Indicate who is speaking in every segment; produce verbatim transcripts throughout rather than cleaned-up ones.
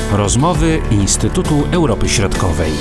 Speaker 1: Rozmowy Instytutu Europy Środkowej.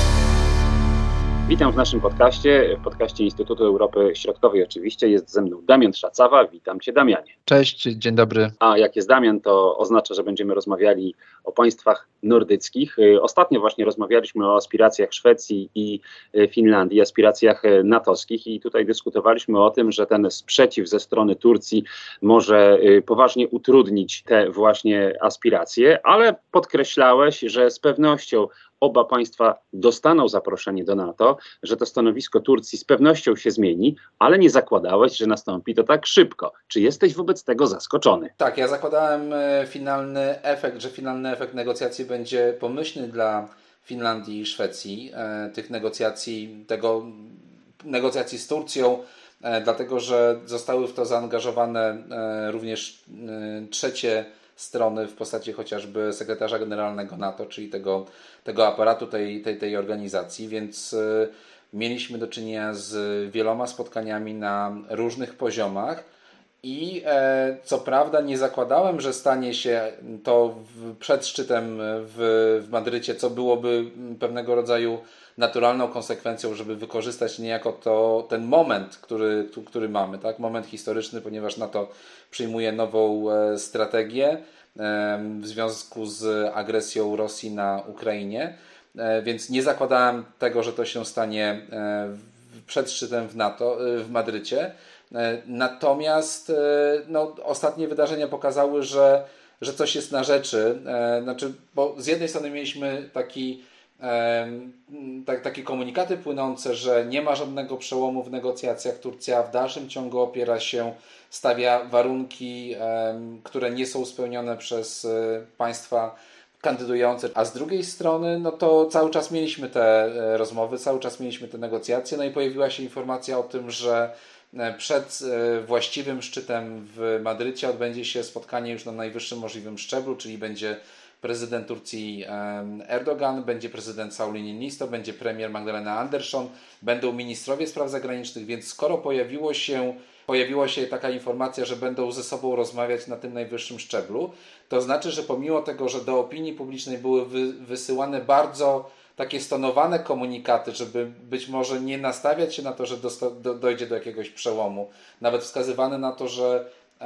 Speaker 2: Witam w naszym podcaście, w podcaście Instytutu Europy Środkowej oczywiście. Jest ze mną Damian Szacawa. Witam Cię, Damianie.
Speaker 3: Cześć, dzień dobry.
Speaker 2: A jak jest Damian, to oznacza, że będziemy rozmawiali o państwach nordyckich. Ostatnio właśnie rozmawialiśmy o aspiracjach Szwecji i Finlandii, aspiracjach natowskich i tutaj dyskutowaliśmy o tym, że ten sprzeciw ze strony Turcji może poważnie utrudnić te właśnie aspiracje, ale podkreślałeś, że z pewnością oba państwa dostaną zaproszenie do NATO, że to stanowisko Turcji z pewnością się zmieni, ale nie zakładałeś, że nastąpi to tak szybko. Czy jesteś wobec tego zaskoczony?
Speaker 3: Tak, ja zakładałem finalny efekt, że finalny efekt negocjacji będzie pomyślny dla Finlandii i Szwecji. Tych negocjacji, tego negocjacji z Turcją, dlatego że zostały w to zaangażowane również trzecie strony w postaci chociażby sekretarza generalnego NATO, czyli tego, tego aparatu tej, tej, tej organizacji, więc y, mieliśmy do czynienia z wieloma spotkaniami na różnych poziomach i e, co prawda nie zakładałem, że stanie się to w, przed szczytem w, w Madrycie, co byłoby pewnego rodzaju naturalną konsekwencją, żeby wykorzystać niejako to, ten moment, który, który mamy, tak? Moment historyczny, ponieważ NATO przyjmuje nową e, strategię e, w związku z agresją Rosji na Ukrainie, e, więc nie zakładałem tego, że to się stanie e, przed szczytem w NATO, e, w Madrycie. E, natomiast e, no, ostatnie wydarzenia pokazały, że, że coś jest na rzeczy. E, znaczy, bo z jednej strony mieliśmy taki Tak, takie komunikaty płynące, że nie ma żadnego przełomu w negocjacjach. Turcja w dalszym ciągu opiera się, stawia warunki, które nie są spełnione przez państwa kandydujące, a z drugiej strony no to cały czas mieliśmy te rozmowy, cały czas mieliśmy te negocjacje, no i pojawiła się informacja o tym, że przed właściwym szczytem w Madrycie odbędzie się spotkanie już na najwyższym możliwym szczeblu, czyli będzie prezydent Turcji Erdogan, będzie prezydent Sauli Niinisto, będzie premier Magdalena Andersson, będą ministrowie spraw zagranicznych, więc skoro pojawiło się, pojawiła się taka informacja, że będą ze sobą rozmawiać na tym najwyższym szczeblu, to znaczy, że pomimo tego, że do opinii publicznej były wy, wysyłane bardzo takie stonowane komunikaty, żeby być może nie nastawiać się na to, że dosta, do, dojdzie do jakiegoś przełomu, nawet wskazywane na to, że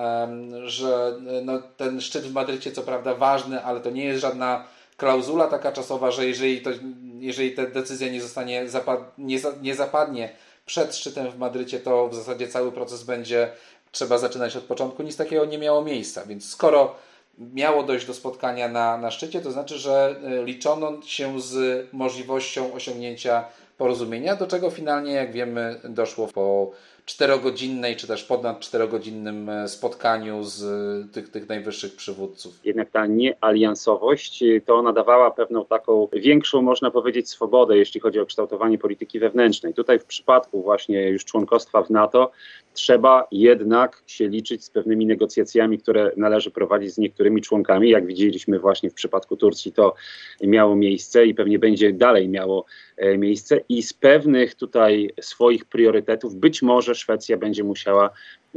Speaker 3: że no, ten szczyt w Madrycie co prawda ważny, ale to nie jest żadna klauzula taka czasowa, że jeżeli, to, jeżeli ta decyzja nie zostanie zapad, nie, nie zapadnie przed szczytem w Madrycie, to w zasadzie cały proces będzie trzeba zaczynać od początku. Nic takiego nie miało miejsca, więc skoro miało dojść do spotkania na, na szczycie, to znaczy, że liczono się z możliwością osiągnięcia porozumienia, do czego finalnie, jak wiemy, doszło po czterogodzinnej, czy też ponad czterogodzinnym spotkaniu z tych, tych najwyższych przywódców.
Speaker 2: Jednak ta niealiansowość, to ona dawała pewną taką większą, można powiedzieć, swobodę, jeśli chodzi o kształtowanie polityki wewnętrznej. Tutaj w przypadku właśnie już członkostwa w NATO trzeba jednak się liczyć z pewnymi negocjacjami, które należy prowadzić z niektórymi członkami. Jak widzieliśmy właśnie w przypadku Turcji, to miało miejsce i pewnie będzie dalej miało miejsce i z pewnych tutaj swoich priorytetów być może Szwecja będzie musiała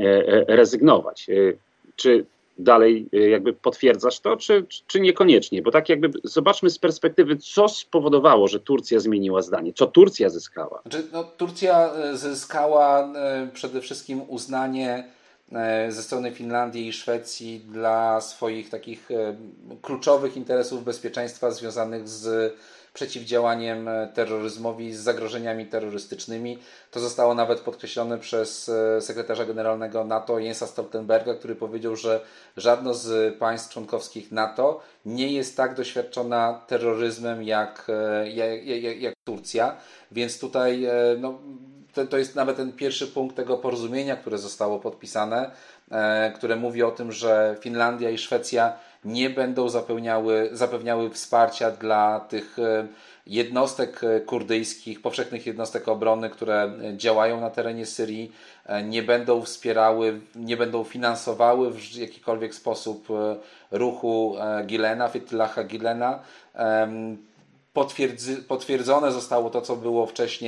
Speaker 2: rezygnować. Czy dalej jakby potwierdzasz to, czy, czy niekoniecznie? Bo tak jakby zobaczmy z perspektywy, co spowodowało, że Turcja zmieniła zdanie. Co Turcja zyskała?
Speaker 3: Znaczy, no, Turcja zyskała przede wszystkim uznanie ze strony Finlandii i Szwecji dla swoich takich kluczowych interesów bezpieczeństwa związanych z przeciwdziałaniem terroryzmowi, z zagrożeniami terrorystycznymi. To zostało nawet podkreślone przez sekretarza generalnego NATO Jensa Stoltenberga, który powiedział, że żadno z państw członkowskich NATO nie jest tak doświadczona terroryzmem jak, jak, jak, jak Turcja, więc tutaj no, to, to jest nawet ten pierwszy punkt tego porozumienia, które zostało podpisane, które mówi o tym, że Finlandia i Szwecja nie będą zapewniały, zapewniały wsparcia dla tych jednostek kurdyjskich, powszechnych jednostek obrony, które działają na terenie Syrii, nie będą wspierały, nie będą finansowały w jakikolwiek sposób ruchu Gilena, Fethullaha Gilena. Potwierdzy, potwierdzone zostało to, co było wcześniej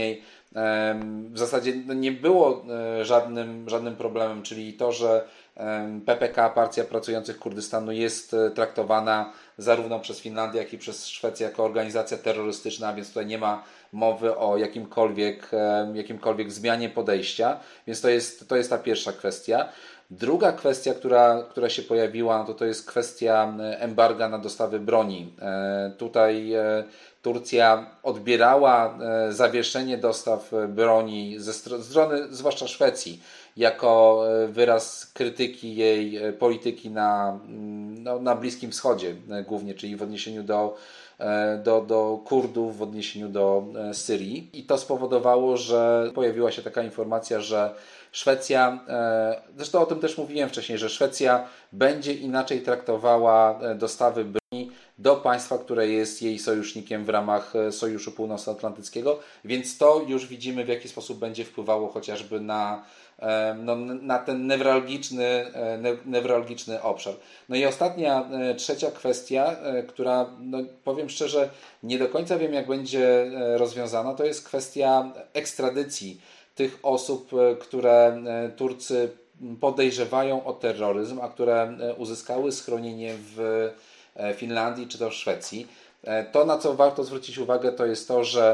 Speaker 3: w zasadzie nie było żadnym, żadnym problemem, czyli to, że P P K, Partia Pracujących Kurdystanu, jest traktowana zarówno przez Finlandię, jak i przez Szwecję jako organizacja terrorystyczna, więc tutaj nie ma mowy o jakimkolwiek, jakimkolwiek zmianie podejścia, więc to jest, to jest ta pierwsza kwestia. Druga kwestia, która, która się pojawiła, to to jest kwestia embarga na dostawy broni. Tutaj Turcja odbierała zawieszenie dostaw broni ze strony, zwłaszcza Szwecji, jako wyraz krytyki jej polityki na, no, na Bliskim Wschodzie głównie, czyli w odniesieniu do, do, do Kurdów, w odniesieniu do Syrii. I to spowodowało, że pojawiła się taka informacja, że Szwecja, zresztą o tym też mówiłem wcześniej, że Szwecja będzie inaczej traktowała dostawy broni do państwa, które jest jej sojusznikiem w ramach Sojuszu Północnoatlantyckiego, więc to już widzimy, w jaki sposób będzie wpływało chociażby na, no, na ten newralgiczny, newralgiczny obszar. No i ostatnia, trzecia kwestia, która, no, powiem szczerze, nie do końca wiem, jak będzie rozwiązana, to jest kwestia ekstradycji tych osób, które Turcy podejrzewają o terroryzm, a które uzyskały schronienie w Finlandii czy też w Szwecji. To, na co warto zwrócić uwagę, to jest to, że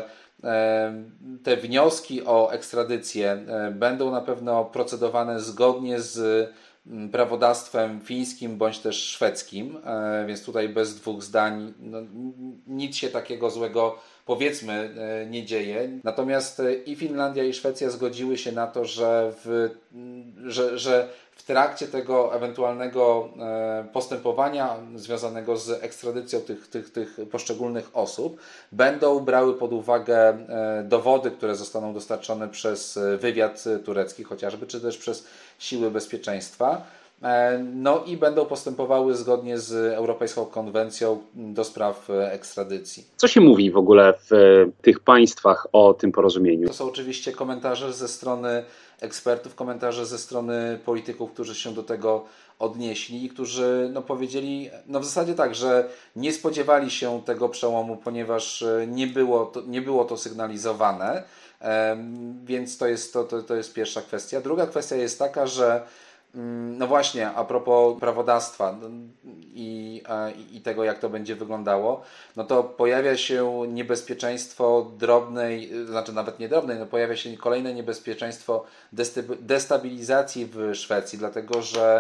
Speaker 3: te wnioski o ekstradycję będą na pewno procedowane zgodnie z prawodawstwem fińskim bądź też szwedzkim, więc tutaj bez dwóch zdań no, nic się takiego złego, powiedzmy, nie dzieje. Natomiast i Finlandia, i Szwecja zgodziły się na to, że w, że, że w trakcie tego ewentualnego postępowania związanego z ekstradycją tych, tych, tych poszczególnych osób będą brały pod uwagę dowody, które zostaną dostarczone przez wywiad turecki chociażby, czy też przez siły bezpieczeństwa. No i będą postępowały zgodnie z Europejską Konwencją do spraw ekstradycji.
Speaker 2: Co się mówi w ogóle w tych państwach o tym porozumieniu?
Speaker 3: To są oczywiście komentarze ze strony ekspertów, komentarze ze strony polityków, którzy się do tego odnieśli i którzy no, powiedzieli, no w zasadzie tak, że nie spodziewali się tego przełomu, ponieważ nie było to, nie było to sygnalizowane, więc to jest, to, to, to jest pierwsza kwestia. Druga kwestia jest taka, że no właśnie, a propos prawodawstwa i, i tego, jak to będzie wyglądało, no to pojawia się niebezpieczeństwo drobnej, znaczy nawet nie drobnej, no pojawia się kolejne niebezpieczeństwo destabilizacji w Szwecji, dlatego że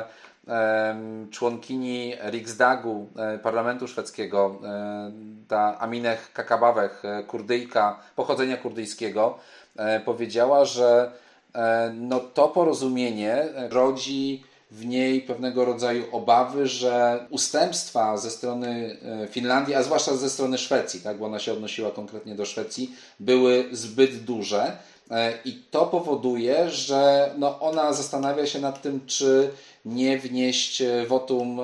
Speaker 3: członkini Riksdagu, parlamentu szwedzkiego, ta Amineh Kakabaveh, Kurdyjka, pochodzenia kurdyjskiego, powiedziała, że no to porozumienie rodzi w niej pewnego rodzaju obawy, że ustępstwa ze strony Finlandii, a zwłaszcza ze strony Szwecji, tak, bo ona się odnosiła konkretnie do Szwecji, były zbyt duże i to powoduje, że no ona zastanawia się nad tym, czy nie wnieść wotum,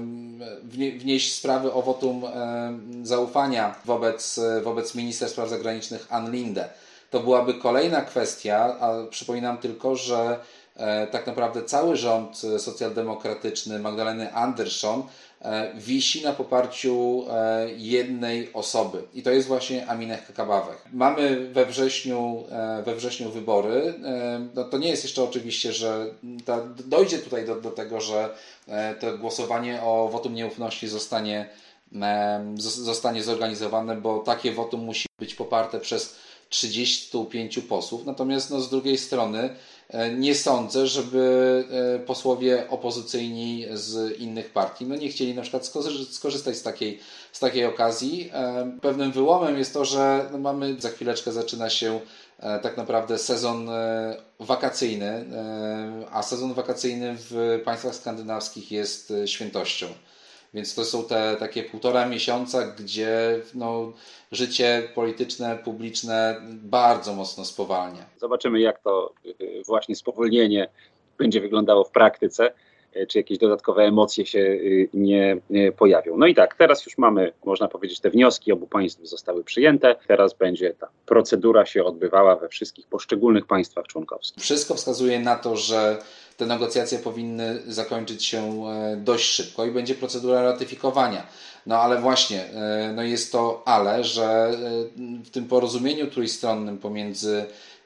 Speaker 3: wnieść sprawy o wotum zaufania wobec, wobec ministra spraw zagranicznych Ann Linde. To byłaby kolejna kwestia, a przypominam tylko, że e, tak naprawdę cały rząd socjaldemokratyczny Magdaleny Andersson e, wisi na poparciu e, jednej osoby i to jest właśnie Amineh Kakabaveh. Mamy we wrześniu, e, we wrześniu wybory. E, no to nie jest jeszcze oczywiście, że ta, dojdzie tutaj do, do tego, że e, to głosowanie o wotum nieufności zostanie, e, zostanie zorganizowane, bo takie wotum musi być poparte przez trzydziestu pięciu posłów, natomiast no, z drugiej strony nie sądzę, żeby posłowie opozycyjni z innych partii no, nie chcieli na przykład skorzystać z takiej, z takiej okazji. Pewnym wyłomem jest to, że no, mamy, za chwileczkę zaczyna się tak naprawdę sezon wakacyjny, a sezon wakacyjny w państwach skandynawskich jest świętością. Więc to są te takie półtora miesiąca, gdzie no, życie polityczne, publiczne bardzo mocno spowalnia.
Speaker 2: Zobaczymy, jak to właśnie spowolnienie będzie wyglądało w praktyce, czy jakieś dodatkowe emocje się nie pojawią. No i tak, teraz już mamy, można powiedzieć, te wnioski obu państw zostały przyjęte. Teraz będzie ta procedura się odbywała we wszystkich poszczególnych państwach członkowskich.
Speaker 3: Wszystko wskazuje na to, że te negocjacje powinny zakończyć się dość szybko i będzie procedura ratyfikowania. No ale właśnie, no jest to ale, że w tym porozumieniu trójstronnym pomiędzy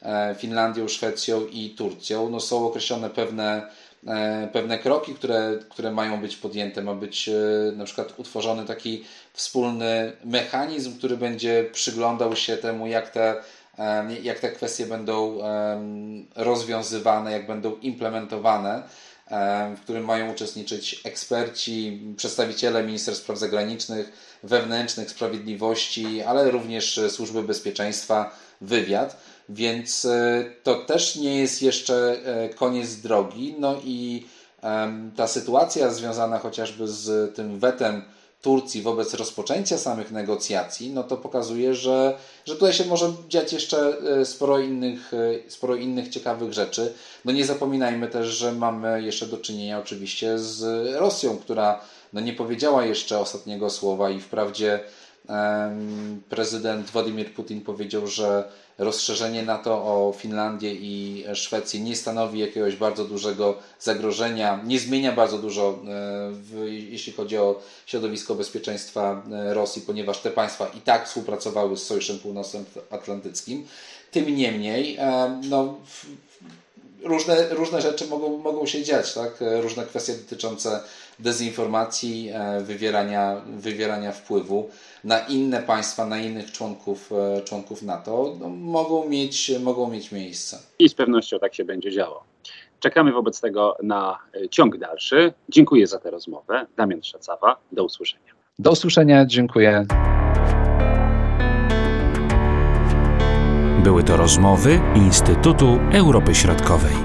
Speaker 3: Finlandią, Szwecją i Turcją. No, są określone pewne, pewne kroki, które, które mają być podjęte. Ma być na przykład utworzony taki wspólny mechanizm, który będzie przyglądał się temu, jak te, jak te kwestie będą rozwiązywane, jak będą implementowane, w którym mają uczestniczyć eksperci, przedstawiciele Ministerstw Spraw Zagranicznych, Wewnętrznych, Sprawiedliwości, ale również Służby Bezpieczeństwa, wywiad, więc to też nie jest jeszcze koniec drogi. No i ta sytuacja związana chociażby z tym wetem Turcji wobec rozpoczęcia samych negocjacji, no to pokazuje, że, że tutaj się może dziać jeszcze sporo innych, sporo innych ciekawych rzeczy. No nie zapominajmy też, że mamy jeszcze do czynienia oczywiście z Rosją, która no nie powiedziała jeszcze ostatniego słowa i wprawdzie um, prezydent Władimir Putin powiedział, że rozszerzenie NATO o Finlandię i Szwecję nie stanowi jakiegoś bardzo dużego zagrożenia, nie zmienia bardzo dużo, w, jeśli chodzi o środowisko bezpieczeństwa Rosji, ponieważ te państwa i tak współpracowały z Sojuszem Północnoatlantyckim. Tym niemniej, no, różne, różne rzeczy mogą, mogą się dziać, tak? Różne kwestie dotyczące dezinformacji, wywierania, wywierania wpływu na inne państwa, na innych członków, członków NATO no, mogą mieć, mogą mieć miejsce.
Speaker 2: I z pewnością tak się będzie działo. Czekamy wobec tego na ciąg dalszy. Dziękuję za tę rozmowę. Damian Szacawa, do usłyszenia.
Speaker 3: Do usłyszenia, dziękuję.
Speaker 1: Były to rozmowy Instytutu Europy Środkowej.